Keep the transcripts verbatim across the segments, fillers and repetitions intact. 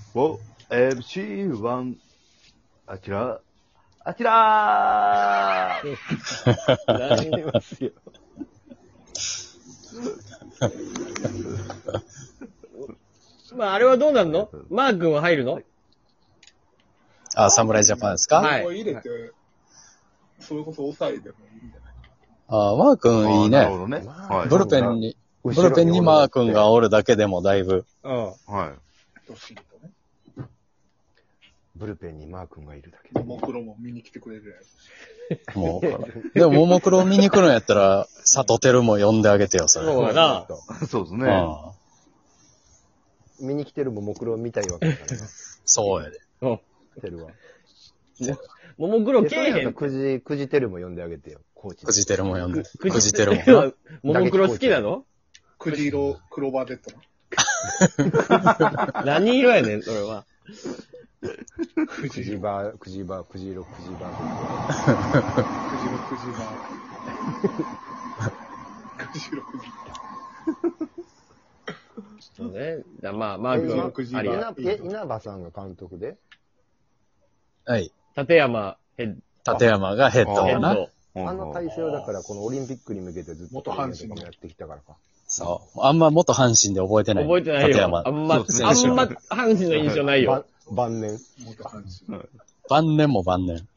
お、エムシーワン、あちら、あちらーなりますよ。まあ、あれはどうなんの？マー君は入るの？ あ、侍ジャパンですか？ はいここ入れて、それこそ抑えでもいいんじゃない？ あ、マー君いいね。 なるほどね。はい。 ブルペンに、ブルペンにマー君がおるだけでもだいぶ。 うん。 はい。 どっしりとね。 ブルペンにマー君がいるだけで。 ももクロも見に来てくれるやつ。 もう、でも、ももクロ見に来るんやったら、佐藤輝も呼んであげてよ、それ。 そうやな。 そうですね。 うん見に来てるももクロ見たいわけだからな。 そうやで。 うん。 来てるわ。 ももクロでけえへん。 くじ、くじてるも呼んであげてよ、コーチ。 くじてるも呼んで。 くくじてるもな。 ももクロ好きなの？ くじ色クローバーデッドな。 何色やねん、それは。 くじくじバー、くじバー、くじ色、くじバー。 くじ色くじバー。くじ色くじそうね。だまあ、マー今君、ありや。 稲え稲葉さんが監督ではい。 立山ヘッ立山がヘッドやな。 ヘッド。 あの体制はだからこのオリンピックに向けてずっと元阪神やってきたからか。 そう。あんま元阪神で覚えてない。 覚えてないよ。 立山あ。んま、あんま、 選手阪神の印象ないよ。 ば晩年。 元阪神。 晩年も晩年。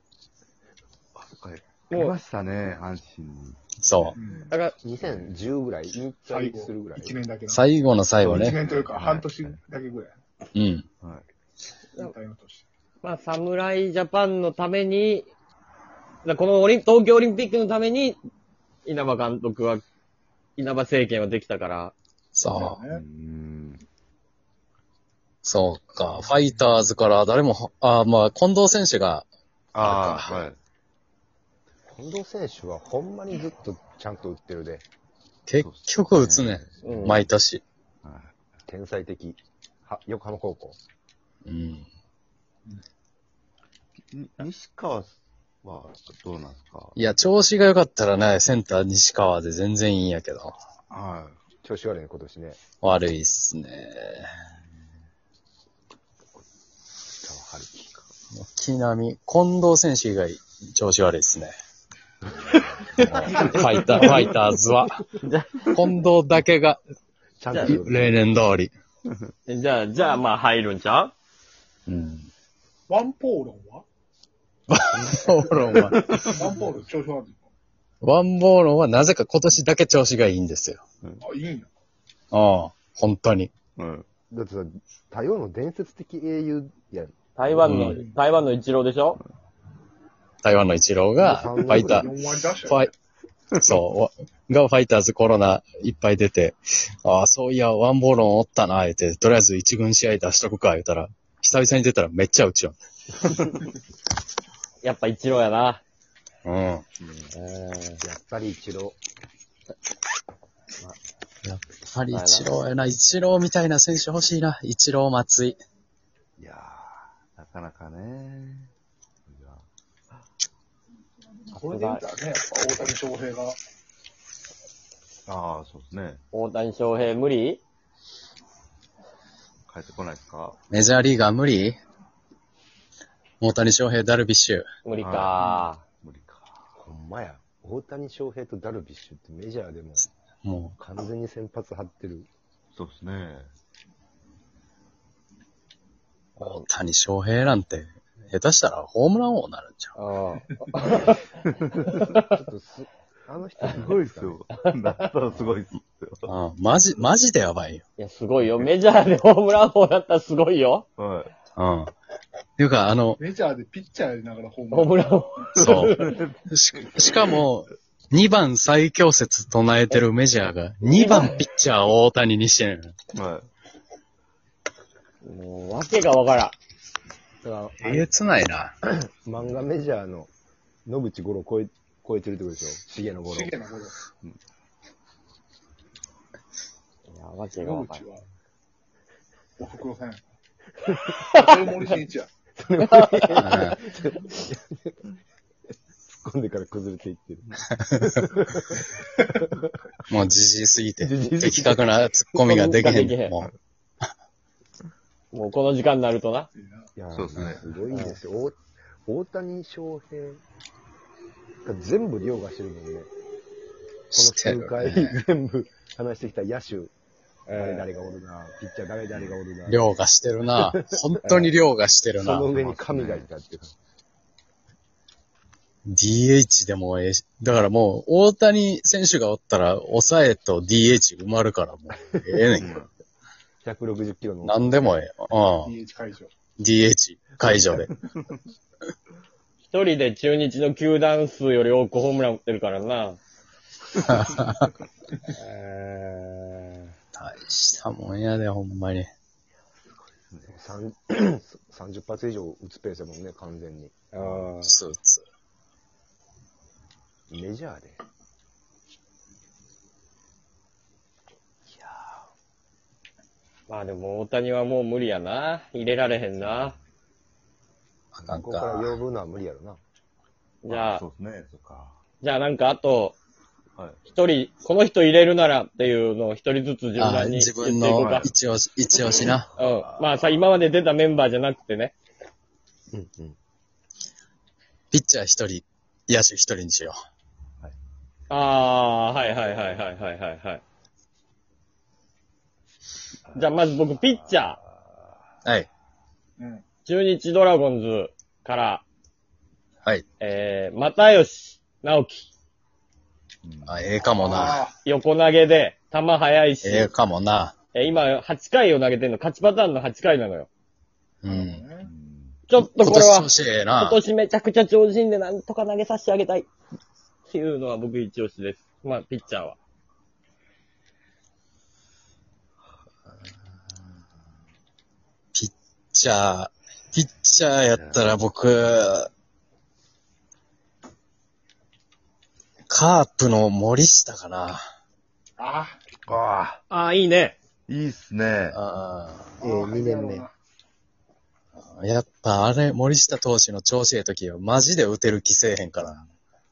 来ましたね、阪神に。 そう。 うんだから、 にせんじゅうぐらい、引最後退するぐらい。 いちねんだけな。 最後の最後いちね。 ねんというか、半年だけぐらい。 うん。 はい。 引退の年。 まあ、侍ジャパンのために、だこのオリン東京オリンピックのために、稲葉監督は、稲葉政権はできたから、 そう。 うね。 ん。 そうか。ファイターズから誰も、あまあ、近藤選手が、 ああ、はい。 近藤選手はほんまにずっとちゃんと打ってるで。 結局打つね。 うん毎年。 は天才的。は、横浜高校。 うん。 い。に西川はどうなんですか？ いや、調子が良かったらね、センター西川で全然いいんやけど。 は調子悪いね、今年ね。 悪いっすね。 北は春樹か。 軒並み、近藤選手以外、調子悪いっすね。ファイター、ファイターズは。近藤だけが、 ちゃんと。 例年通り。 じゃあ、じゃあ、まあ、入るんちゃう？ うん。 ワンポーロンはボーロンは、 ワンポーロン調子悪いワンボーロンはなぜか今年だけ調子がいいんですよ。 の？あ、いいんや。 ああ、本当に。 い。うん。 だってさ、多様の伝説的英雄やん。 台湾の、 う台湾の一郎でしょ？ 台湾のイチローが、ファイター、 よん割出しフたよァイ、そう、がファイターズコロナいっぱい出て、ああ、そういや、ワンボーロンおったな、言って、とりあえず一軍試合出しとくか、言ったら、久々に出たらめっちゃ打ちよやっぱ一郎やな。 う。うん。 うん。 やっぱり一郎。 やっぱりイチローやな、イチローみたいな選手欲しいな、イチロー松井。 いやー、なかなかね。いやこれで言ったらね、やっぱ大谷翔平が、 ああ、そうですね。 大谷翔平無理？ 帰ってこないですか？ メジャーリーガー無理？大谷翔平、ダルビッシュ。 無理か。 無理か。 ほんまや。大谷翔平とダルビッシュってメジャーでもも完全に先発張ってる。 そうですね。 う、大谷翔平なんて、下手したらホームラン王になるんちゃう？ うん。 ちょっとす、あの人すごいっすよ。だったらすごいっすよ。 うん、マジ、マジでやばいよ。 いや、すごいよ。メジャーでホームラン王だったらすごいよ。 はい。 うん。っていうか、あの、 メジャーでピッチャーやりながらホームホームラン王。 そう。し、しかも、にばん最強説唱えてるメジャーが、にばんピッチャーを大谷にしてる。 はい。 もう、わけがわからん。 えげつないな。 漫画メジャーの野口五郎超え、超えてるってことでしょ？重野五郎。 シゲな頃。 いや、わけが野わからん。 口は、おふくろさんや。それ森進一や。 うん突っ込んでから崩れていってる。 もうじじいすぎて、 じじいすぎて的確なツッコミができへん。ももうこの時間になるとな。 いいな。 いやーそうですねすごいですよ。お大谷翔平が全部凌駕してるもんね。この数回全部話してきた野手、誰々がおるな、ピッチャー誰々がおるな。 凌駕してるな。本当に凌駕してるな。 その上に神がいたっていう。 ディーエイチ でもええし、だからもう、大谷選手がおったら、抑えと ディーエイチ 埋まるからもう、ええねん。 ひゃくろくじゅっキロの。 なんでもええ。うん。 ディーエイチ 解除。 ディーエイチ 解除で。 一人で中日の球団数より多くホームラン打ってるからな。え大したもんやで、ほんまに。 さんさんじゅっ発以上打つペースだもんね、完全に。 ー、あースーツ。 メジャーで。 まあでも大谷はもう無理やな。入れられへんな。 なんここからか、 呼ぶのは無理やろな。 じゃあそう、ですね、そっか。 じゃあなんかあと、 はい。 一人、この人入れるならっていうのを一人ずつ順あ番に自言っていこうか。 分の一押し、一押しな。 うん。まあさ、今まで出たメンバーじゃなくてね。 うんうん。 ピッチャー一人、野手一人にしよああー、はいはいはいはいはいはいはい。じゃあまず僕、ピッチャー、 う。はい。 うん。 中日ドラゴンズから、 はい。 えー、又吉直樹。 あ、ええかもな。 あ横投げで、球速いし、 ええかもな。 えー今はちかいを投げてんの、勝ちパターンのはちかいなのよ。 う。 あ。 ん。 ねちょっと今これは年、調子ええ今な。 年めちゃくちゃ調子いいんで、なんとか投げさせてあげたい。っていうのは僕一押しです。まあ、ピッチャーは。 ピッチャー、ピッチャーやったら僕、カープの森下かな。 ああああ、いいね。 あ、いいっすね。 あえー、にねんめ。 あ。やっぱあれ、森下投手の調子ええ時はマジで打てる気せえへんから。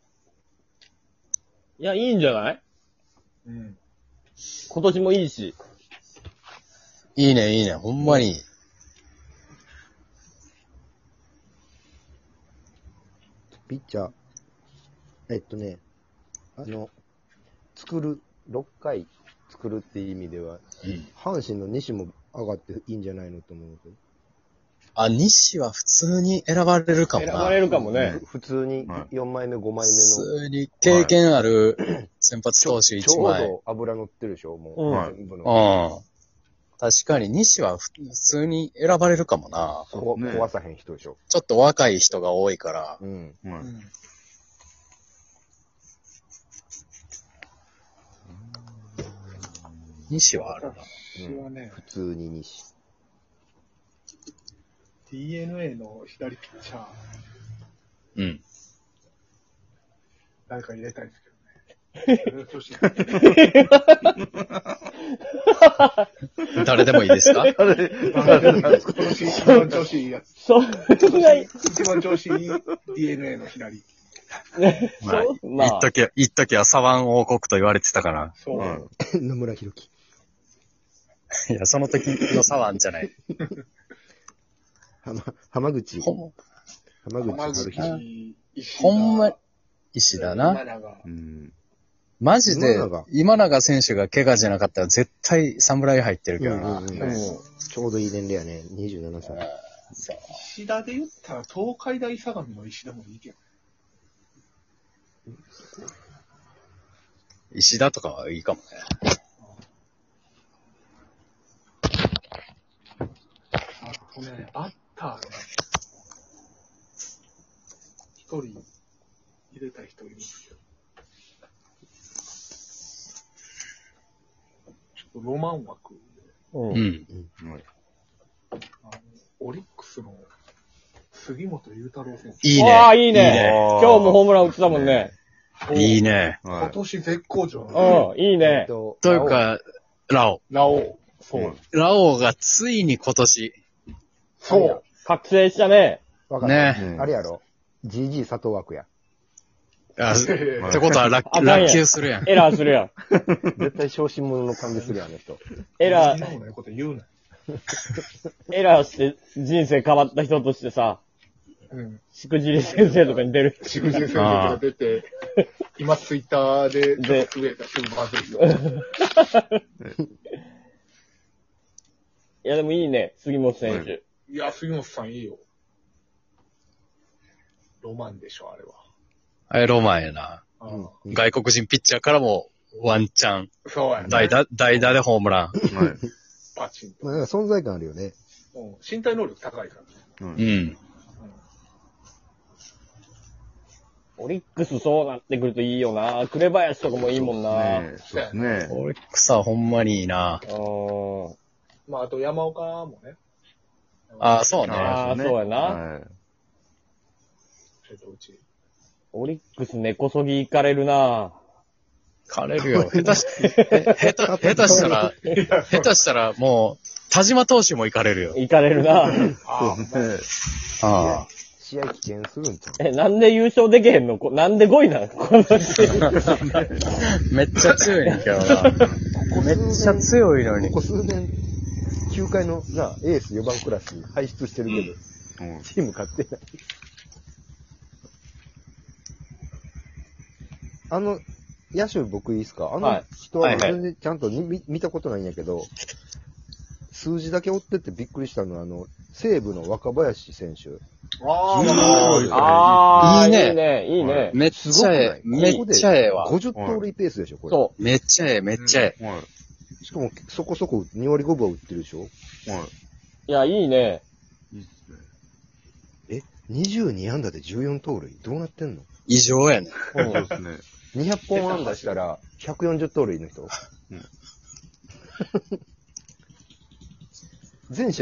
いや、いいんじゃないうん。 今年もいいし。 いいね、いいね。ほんまにいい。 ピッチャー。えっとね、あの、作る、ろっかい作るっていう意味では、 うん。 阪神の西も上がっていいんじゃないのと思うけど。 あ、西は普通に選ばれるかもな。 選ばれるかもね。 普通によんまいめ、ごまいめの。 普通に経験ある先発投手ち 1枚。 ょうど油乗ってるでしょ、もう。 うん全部うの。 ん。確かに西は普通に選ばれるかもな。 こね壊さへん人でしょ。 ちょっと若い人が多いから。 うん。 はい。 うん。 西はあるな。 私はね、 普通に西。 ディーエヌエー の左ピッチャー、 うん。 誰か入れたいですけどね。調子いい誰でもいいですか？ 今年一番調子いいやつ。 そんなに、 一番調子いい ディーエヌエー の左。 まあ、 そうまあ一時、一時は左腕王国と言われてたから。 そう。 はい野村弘樹。 いや、その時の左腕じゃない。 浜、浜口。 ほん、 浜口浜春弘。 口、石田ほんま、石田な。 今永うん。 マジで今永、 今永選手が怪我じゃなかったら絶対侍入ってるけどな。 うんうんうんちょうどいい年齢やね。にじゅうななさい。 そう石田で言ったら東海大相模の石田もいいけど。 石田とかはいいかもね。 あとね、バッターね。一人入れたい人いるんですけど。ちょっとロマン枠で、 うんうん。 はいあの、オリックスの杉本裕太郎選手。 いいね。 ああ、いいね。 いいね。 今日もホームラン打ってたもんね。 いいね。 はい。 今年絶好調なんですよ。 うん、いいね。 とという、か、ラオ。 ラオウ。そう。 はいラオがついに今年、 そう。 覚醒したね。 わかった。 ね。 あれやろ ?ジージー 佐藤枠や。 あ、っえてことは落あかんやん落球するやん。 エラーするやん。 絶対小心者の感じするやん、あの人。 エラー、 ー。ないこと言うな。 エラーして人生変わった人としてさ、 うん。 しくじり先生とかに出る。 しくじり先生が出て、今ツイッターで、 で増えたすぐバズるよ。 いやでもいいね、杉本選手。 いや、杉本さんいいよ。ロマンでしょ、あれは。 あれロマンやな。 うんうん外国人ピッチャーからもワンチャン。 そうやね。 代打、代打でホームラン。 はい。 パチンと。 まあ、なんか存在感あるよね。 うん身体能力高いから。 うんうん。 オリックスそうなってくるといいよな。紅林とかもいいもんな。 ねえ、そうですね。 オリックスはほんまにいいな。 うん。 まあ、あと山岡もね。 ああ、そうね。 あーそうやなはい瀬戸内。 オリックス根こそぎ行かれるな。 枯れるよ。下手し、え下手、下手したら、下手したらもう、田島投手も行かれるよ。 行かれるな。 あそうですね。 あ試合危険するんちゃうえ、なんで優勝できへんのこなんでごいなんこのチーム。 あ。めっちゃ強いねんけどな。めっちゃ強いのにこ。こ数年、球界のな、エースよばんクラスに輩出してるけど、 うんチーム勝ってない。あの、野手僕いいですかあのはい人ははいはい全然ちゃんと見見たことないんやけど、数字だけ追ってってびっくりしたのは、あの、西武の若林選手。 あー、 うんあー、 いいねいいね、いいね。 めっすちゃえごくないえ。めっちゃええわ。 ごじゅう盗塁ペースでしょ、これ。 そめっちゃええ、めっちゃええ。 はい。 しかも、そこそこに割ごぶは打ってるでしょはい。 う。いや、いいね。 いいっすね。 え、にじゅうに安打でじゅうよん盗塁どうなってんの異常やねん。 うんそうですね。 にひゃっぽん安打したら、ひゃくよんじゅう盗塁の人。 うん全試合